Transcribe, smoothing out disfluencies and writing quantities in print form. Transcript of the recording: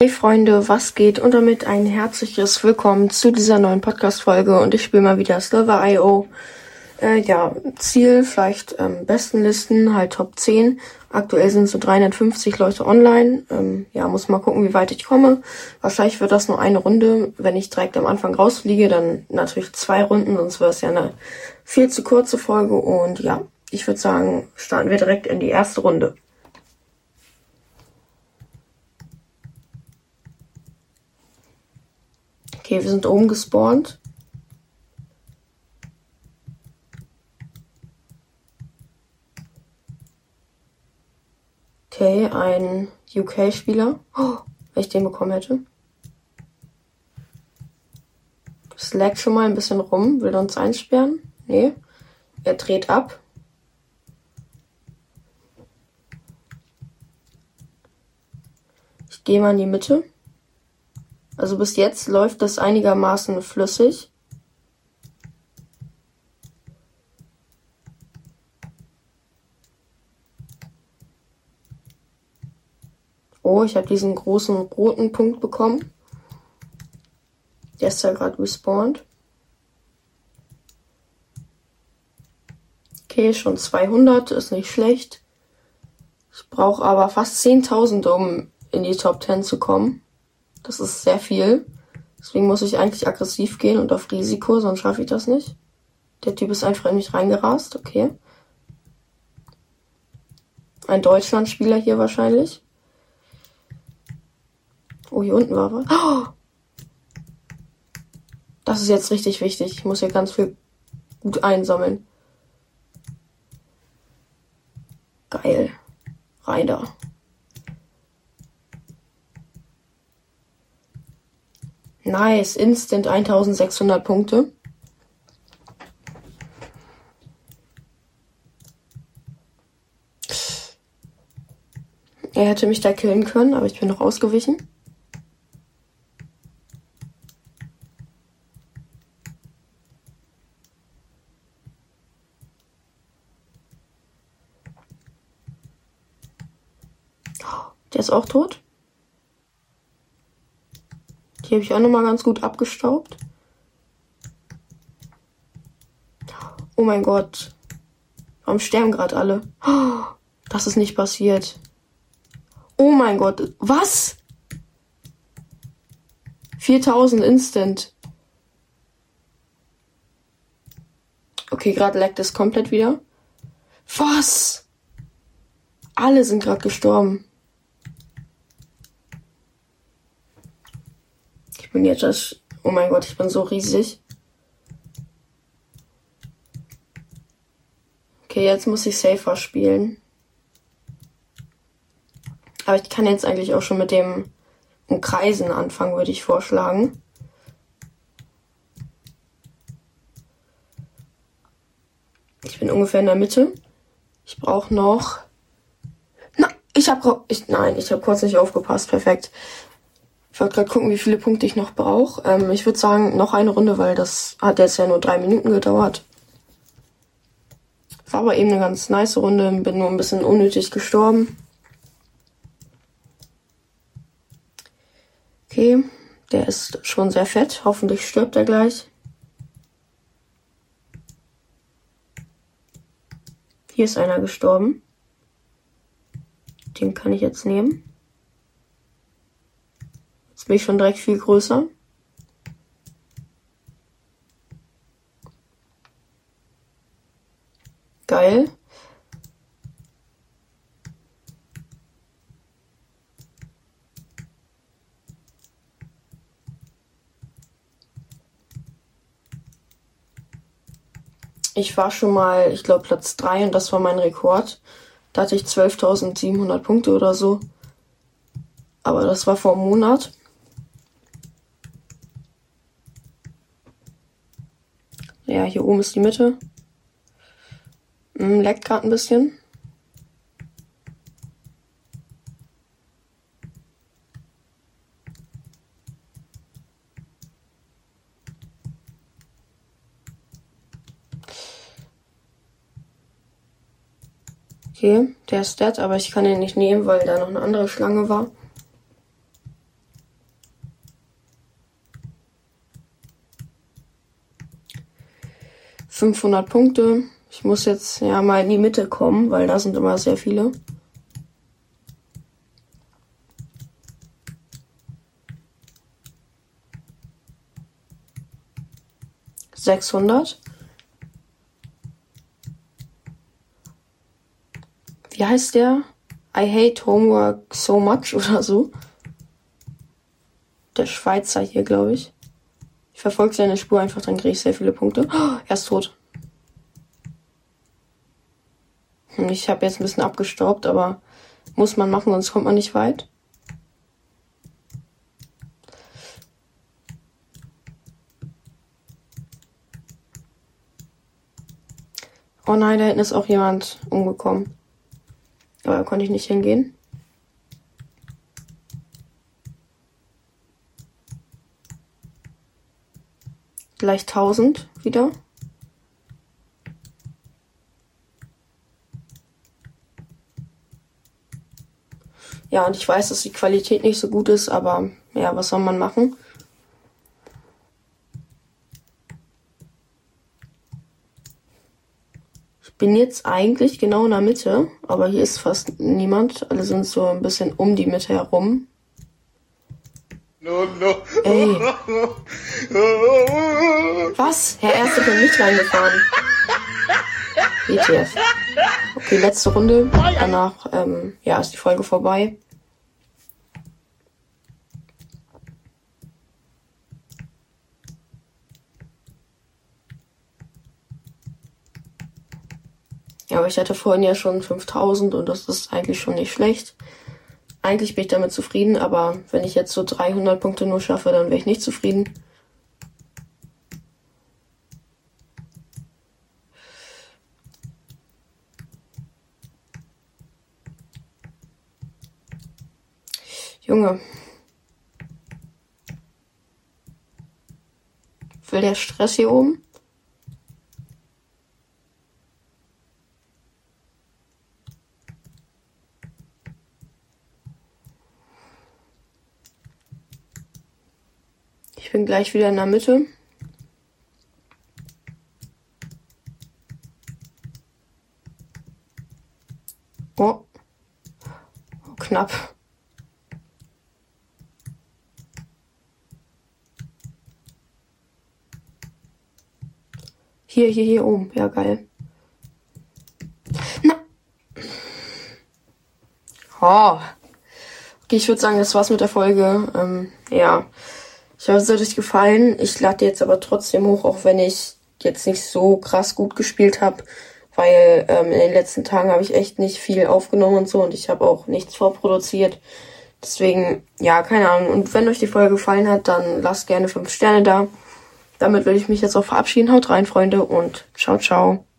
Hey Freunde, was geht? Und damit ein herzliches Willkommen zu dieser neuen Podcast-Folge und ich spiele mal wieder Slither.io. Ziel vielleicht Bestenlisten, halt Top 10. Aktuell sind so 350 Leute online. Muss mal gucken, wie weit ich komme. Wahrscheinlich wird das nur eine Runde. Wenn ich direkt am Anfang rausfliege, dann natürlich 2 Runden, sonst wäre es ja eine viel zu kurze Folge. Und ja, ich würde sagen, starten wir direkt in die erste Runde. Okay, wir sind oben gespawnt. Okay, ein UK-Spieler. Oh, wenn ich den bekommen hätte. Es laggt schon mal ein bisschen rum. Will er uns einsperren? Nee. Er dreht ab. Ich gehe mal in die Mitte. Also bis jetzt läuft das einigermaßen flüssig. Oh, ich habe diesen großen roten Punkt bekommen. Der ist ja gerade respawned. Okay, schon 200, ist nicht schlecht. Ich brauche aber fast 10.000, um in die Top 10 zu kommen. Das ist sehr viel. Deswegen muss ich eigentlich aggressiv gehen und auf Risiko, sonst schaffe ich das nicht. Der Typ ist einfach in mich reingerast, okay. Ein Deutschlandspieler hier wahrscheinlich. Oh, hier unten war was. Oh! Das ist jetzt richtig wichtig. Ich muss hier ganz viel gut einsammeln. Geil. Rein da. Nice. Instant 1600 Punkte. Er hätte mich da killen können, aber ich bin noch ausgewichen. Der ist auch tot. Die habe ich auch nochmal ganz gut abgestaubt. Oh mein Gott. Warum sterben gerade alle? Das ist nicht passiert. Oh mein Gott. Was? 4000 instant. Okay, gerade laggt es komplett wieder. Was? Alle sind gerade gestorben. Ich bin jetzt das... Oh mein Gott, ich bin so riesig. Okay, jetzt muss ich safer spielen. Aber ich kann jetzt eigentlich auch schon mit dem Umkreisen anfangen, würde ich vorschlagen. Ich bin ungefähr in der Mitte. Ich brauche noch... Ich habe kurz nicht aufgepasst. Perfekt. Ich wollte gerade gucken, wie viele Punkte ich noch brauche. Ich würde sagen, noch eine Runde, weil das hat jetzt ja nur 3 Minuten gedauert. War aber eben eine ganz nice Runde. Bin nur ein bisschen unnötig gestorben. Okay, der ist schon sehr fett. Hoffentlich stirbt er gleich. Hier ist einer gestorben. Den kann ich jetzt nehmen. Jetzt bin ich schon direkt viel größer. Geil. Ich war schon mal, ich glaube, Platz 3 und das war mein Rekord. Da hatte ich 12.700 Punkte oder so. Aber das war vor einem Monat. Ja, hier oben ist die Mitte. Leckt gerade ein bisschen. Okay, der ist dead, aber ich kann ihn nicht nehmen, weil da noch eine andere Schlange war. 500 Punkte. Ich muss jetzt ja mal in die Mitte kommen, weil da sind immer sehr viele. $600. Wie heißt der? I hate homework so much oder so. Der Schweizer hier, glaube ich. Ich verfolge seine Spur einfach, dann kriege ich sehr viele Punkte. Oh, er ist tot. Ich habe jetzt ein bisschen abgestaubt, aber muss man machen, sonst kommt man nicht weit. Oh nein, da hinten ist auch jemand umgekommen. Aber da konnte ich nicht hingehen. Gleich 1000 wieder. Ja, und ich weiß, dass die Qualität nicht so gut ist, aber ja, was soll man machen? Ich bin jetzt eigentlich genau in der Mitte, aber hier ist fast niemand. Alle sind so ein bisschen um die Mitte herum. No. Ey. Was? Herr Erste bin nicht reingefahren. WTF. Okay, letzte Runde. Danach, ja, ist die Folge vorbei. Ja, aber ich hatte vorhin ja schon 5000 und das ist eigentlich schon nicht schlecht. Eigentlich bin ich damit zufrieden, aber wenn ich jetzt so 300 Punkte nur schaffe, dann wäre ich nicht zufrieden. Junge. Will der Stress hier oben? Ich bin gleich wieder in der Mitte. Oh. Knapp. Hier oben. Ja, geil. Na. Oh. Okay, ich würde sagen, das war's mit der Folge. Ja. Ich hoffe, es hat euch gefallen. Ich lade jetzt aber trotzdem hoch, auch wenn ich jetzt nicht so krass gut gespielt habe, weil in den letzten Tagen habe ich echt nicht viel aufgenommen und so und ich habe auch nichts vorproduziert. Deswegen, ja, keine Ahnung. Und wenn euch die Folge gefallen hat, dann lasst gerne 5 Sterne da. Damit würde ich mich jetzt auch verabschieden. Haut rein, Freunde, und ciao, ciao.